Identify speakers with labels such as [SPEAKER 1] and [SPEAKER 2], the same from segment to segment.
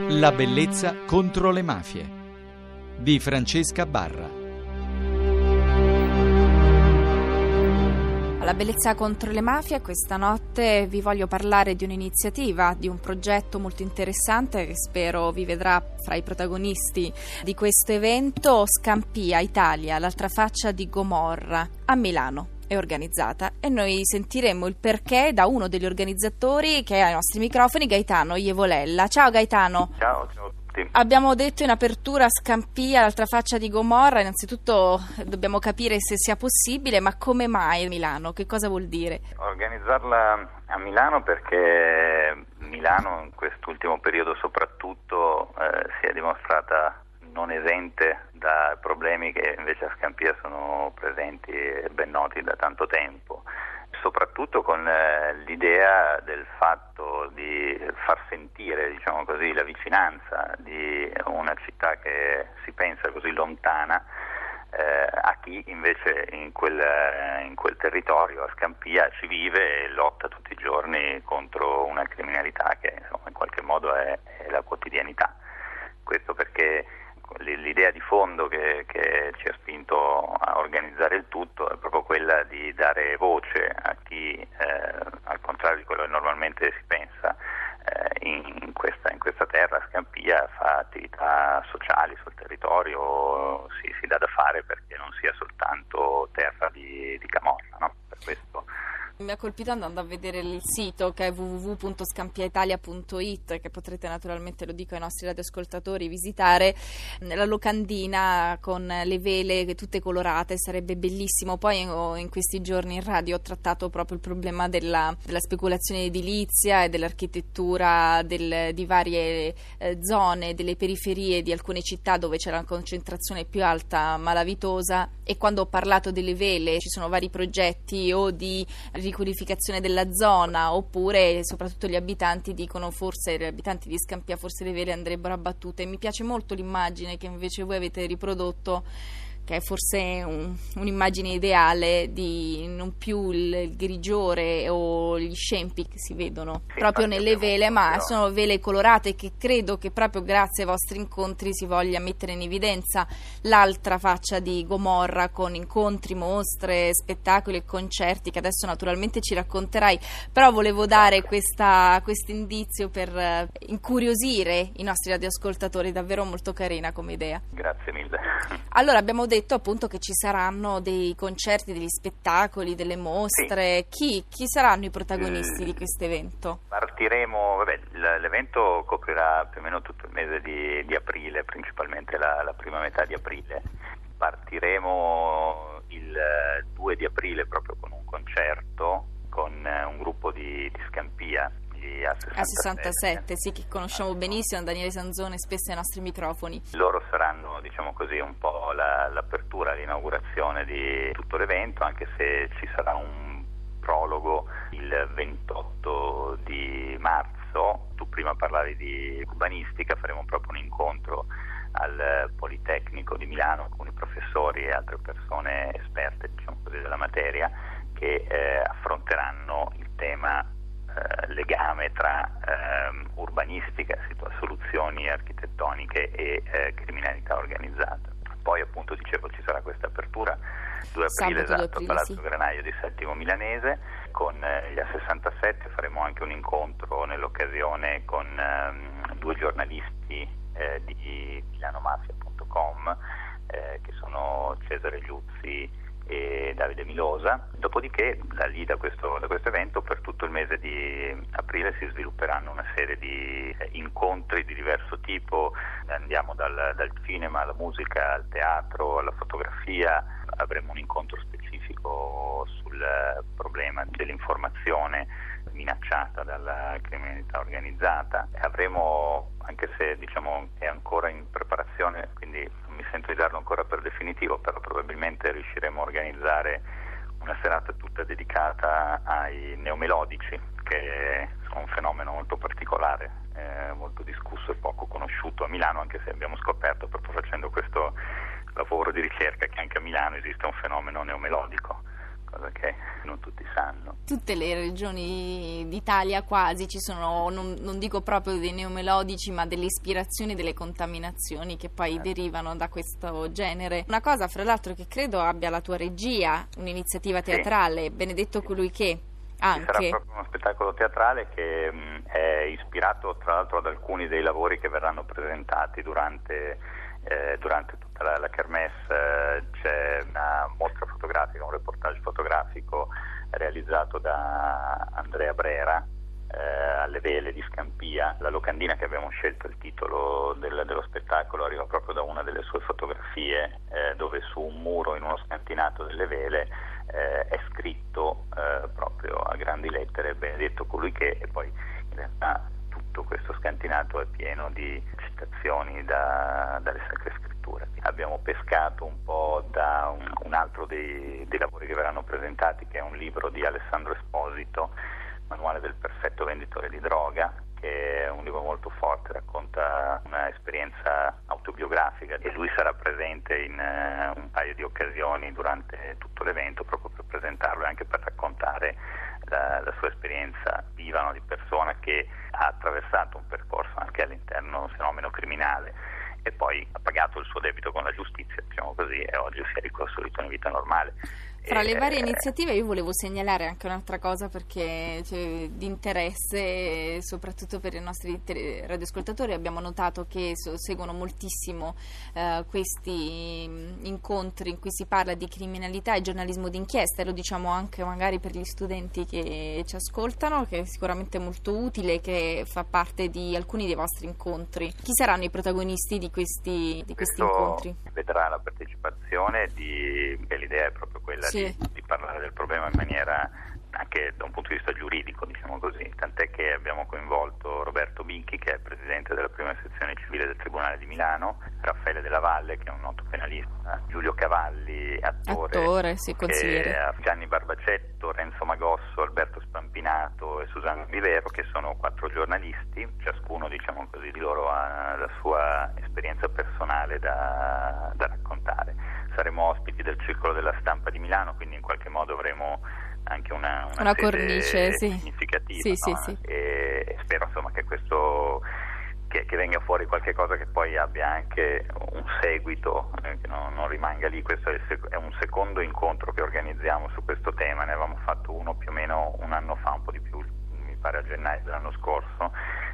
[SPEAKER 1] La bellezza contro le mafie di Francesca Barra.
[SPEAKER 2] La bellezza contro le mafie, questa notte vi voglio parlare di un'iniziativa, di un progetto molto interessante che spero vi vedrà fra i protagonisti di questo evento. Scampia Italia, l'altra faccia di Gomorra, a Milano. È organizzata e noi sentiremo il perché da uno degli organizzatori che è ai nostri microfoni, Gaetano Ievolella. Ciao Gaetano.
[SPEAKER 3] Ciao a tutti.
[SPEAKER 2] Abbiamo detto in apertura Scampia, l'altra faccia di Gomorra. Innanzitutto dobbiamo capire se sia possibile, ma come mai Milano? Che cosa vuol dire?
[SPEAKER 3] Organizzarla a Milano perché Milano in quest'ultimo periodo soprattutto si è dimostrata non esente da problemi che invece a Scampia sono presenti e ben noti da tanto tempo, soprattutto con l'idea del fatto di far sentire, diciamo così, la vicinanza di una città che si pensa così lontana a chi invece in quel territorio, a Scampia, ci vive e lotta tutti i giorni contro una criminalità che insomma, in qualche modo è la quotidianità. Questo perché l'idea di fondo che ci ha spinto a organizzare il tutto è proprio quella di dare voce a chi, al contrario di quello che normalmente si pensa, in questa terra, a Scampia, fa attività sociali sul territorio, si dà da fare perché non sia soltanto terra di camorra, no? Per questo
[SPEAKER 2] mi ha colpito andando a vedere il sito che è www.scampiaitalia.it, che potrete naturalmente, lo dico ai nostri radioascoltatori, visitare. La locandina con le vele tutte colorate, sarebbe bellissimo. Poi in questi giorni in radio ho trattato proprio il problema della speculazione edilizia e dell'architettura di varie zone, delle periferie di alcune città dove c'è la concentrazione più alta malavitosa, e quando ho parlato delle vele ci sono vari progetti o di riqualificazione della zona, oppure soprattutto gli abitanti dicono gli abitanti di Scampia forse le vele andrebbero abbattute. E mi piace molto l'immagine che invece voi avete riprodotto, che è forse un'immagine ideale di non più il grigiore o gli scempi che si vedono proprio nelle vele, ma sono vele colorate, che credo che proprio grazie ai vostri incontri si voglia mettere in evidenza l'altra faccia di Gomorra, con incontri, mostre, spettacoli e concerti che adesso naturalmente ci racconterai, però volevo dare questo indizio per incuriosire i nostri radioascoltatori. Davvero molto carina come idea.
[SPEAKER 3] Grazie mille.
[SPEAKER 2] Allora, abbiamo detto appunto che ci saranno dei concerti, degli spettacoli, delle mostre. Sì. Chi saranno i protagonisti di questo evento?
[SPEAKER 3] Partiremo, l'evento coprirà più o meno tutto il mese di aprile, principalmente la prima metà di aprile. Partiremo il 2 di aprile proprio con un concerto con un gruppo di Scampia,
[SPEAKER 2] A67, sì, che conosciamo benissimo, Daniele Sanzone, spesso ai nostri microfoni.
[SPEAKER 3] Loro saranno, diciamo così, un po' l'apertura, l'inaugurazione di tutto l'evento, anche se ci sarà un prologo il 28 di marzo. Tu prima parlavi di urbanistica, faremo proprio un incontro al Politecnico di Milano con i professori e altre persone esperte, diciamo così, della materia, che affronteranno il tema legame tra urbanistica, soluzioni architettoniche e criminalità organizzata. Poi appunto dicevo ci sarà questa apertura 2 aprile, esatto, a Palazzo Granaio di Settimo Milanese con gli A67. Faremo anche un incontro nell'occasione con 2 giornalisti di milanomafia.com che sono Cesare Liuzzi e Davide Milosa. Dopodiché da questo evento per tutto il mese di aprile si svilupperanno una serie di incontri di diverso tipo. Andiamo dal cinema alla musica, al teatro, alla fotografia. Avremo un incontro specifico sul problema dell'informazione minacciata dalla criminalità organizzata. Avremo, anche se diciamo è ancora in preparazione, quindi non mi sento di darlo ancora per definitivo, però probabilmente riusciremo a organizzare una serata tutta dedicata ai neomelodici, che sono un fenomeno molto particolare, molto discusso e poco conosciuto a Milano, anche se abbiamo scoperto proprio facendo questo lavoro di ricerca che anche a Milano esiste un fenomeno neomelodico, cosa che non tutti sanno.
[SPEAKER 2] Tutte le regioni d'Italia quasi ci sono, non dico proprio dei neomelodici, ma delle ispirazioni, delle contaminazioni che poi derivano da questo genere. Una cosa, fra l'altro, che credo abbia la tua regia, un'iniziativa teatrale, Benedetto colui che...
[SPEAKER 3] Ci sarà proprio uno spettacolo teatrale che è ispirato tra l'altro ad alcuni dei lavori che verranno presentati durante tutta la kermesse. C'è una mostra fotografica, un reportage fotografico realizzato da Andrea Brera alle Vele di Scampia. La locandina che abbiamo scelto, il titolo dello spettacolo, arriva proprio da una delle sue fotografie, dove su un muro in uno scantinato delle Vele è scritto proprio a grandi lettere Benedetto colui che, e poi in realtà tutto questo scantinato è pieno di citazioni dalle Sacre Scritture. Abbiamo pescato un po' da un altro dei lavori che verranno presentati, che è un libro di Alessandro Esposito, Manuale del perfetto venditore di droga, che è un libro molto forte, racconta una esperienza autobiografica e lui sarà presente in un paio di occasioni durante tutto l'evento proprio per presentarlo e anche per raccontare la sua esperienza viva, di persona che ha attraversato un percorso anche all'interno di un fenomeno criminale e poi ha pagato il suo debito con la giustizia, diciamo così, e oggi si è ricostruito una vita normale.
[SPEAKER 2] Fra le varie iniziative io volevo segnalare anche un'altra cosa, perché di interesse soprattutto per i nostri radioascoltatori. Abbiamo notato che seguono moltissimo questi incontri in cui si parla di criminalità e giornalismo d'inchiesta, e lo diciamo anche magari per gli studenti che ci ascoltano, che è sicuramente molto utile, che fa parte di alcuni dei vostri incontri. Chi saranno i protagonisti di questi incontri?
[SPEAKER 3] Vedrà la partecipazione e l'idea è proprio quella di parlare del problema in maniera anche da un punto di vista giuridico, diciamo così, tant'è che abbiamo coinvolto Roberto Bicchi, che è presidente della prima sezione civile del Tribunale di Milano, Raffaele Della Valle, che è un noto penalista, Giulio Cavalli, attore, consigliere, Gianni Barbacetto, Renzo Magosso, Alberto Spampinato e Susanna Vivero, che sono 4 giornalisti. Ciascuno, diciamo così, di loro ha la sua esperienza personale da raccontare. Saremo ospiti del Circolo della Stampa di Milano, quindi in qualche modo avremo anche una
[SPEAKER 2] cornice
[SPEAKER 3] significativa,
[SPEAKER 2] sì,
[SPEAKER 3] no?
[SPEAKER 2] sì.
[SPEAKER 3] E spero insomma che questo che venga fuori qualche cosa che poi abbia anche un seguito, che non rimanga lì. Questo è un secondo incontro che organizziamo su questo tema. Ne avevamo fatto uno più o meno un anno fa, un po' di più, mi pare a gennaio dell'anno scorso.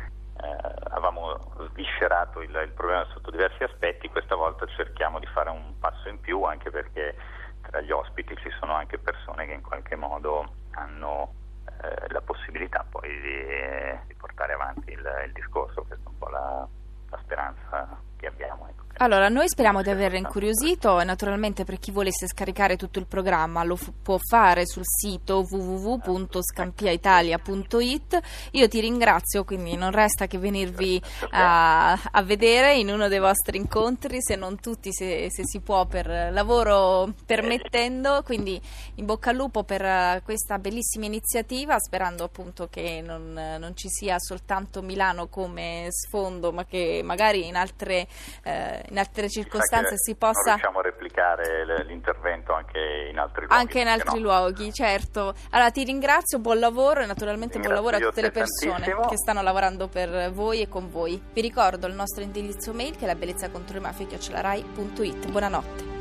[SPEAKER 3] Avevamo sviscerato il problema sotto diversi aspetti. Questa volta cerchiamo di fare un passo in più, anche perché tra gli ospiti ci sono anche persone che in qualche modo hanno la possibilità poi di portare avanti il discorso. Questa è un po' la speranza che abbiamo.
[SPEAKER 2] Allora, noi speriamo di aver incuriosito, e naturalmente per chi volesse scaricare tutto il programma lo può fare sul sito www.scampiaitalia.it. Io ti ringrazio, quindi non resta che venirvi a vedere in uno dei vostri incontri, se non tutti, se si può, per lavoro permettendo. Quindi in bocca al lupo per questa bellissima iniziativa, sperando appunto che non ci sia soltanto Milano come sfondo, ma che magari in altre circostanze si possa...
[SPEAKER 3] riusciamo a replicare l'intervento anche in altri luoghi.
[SPEAKER 2] Anche in altri luoghi, certo. Allora ti ringrazio, buon lavoro, e naturalmente buon lavoro a tutte le persone che stanno lavorando per voi e con voi. Vi ricordo il nostro indirizzo mail, che è labellezzacontrollemafie@rai.it. Buonanotte.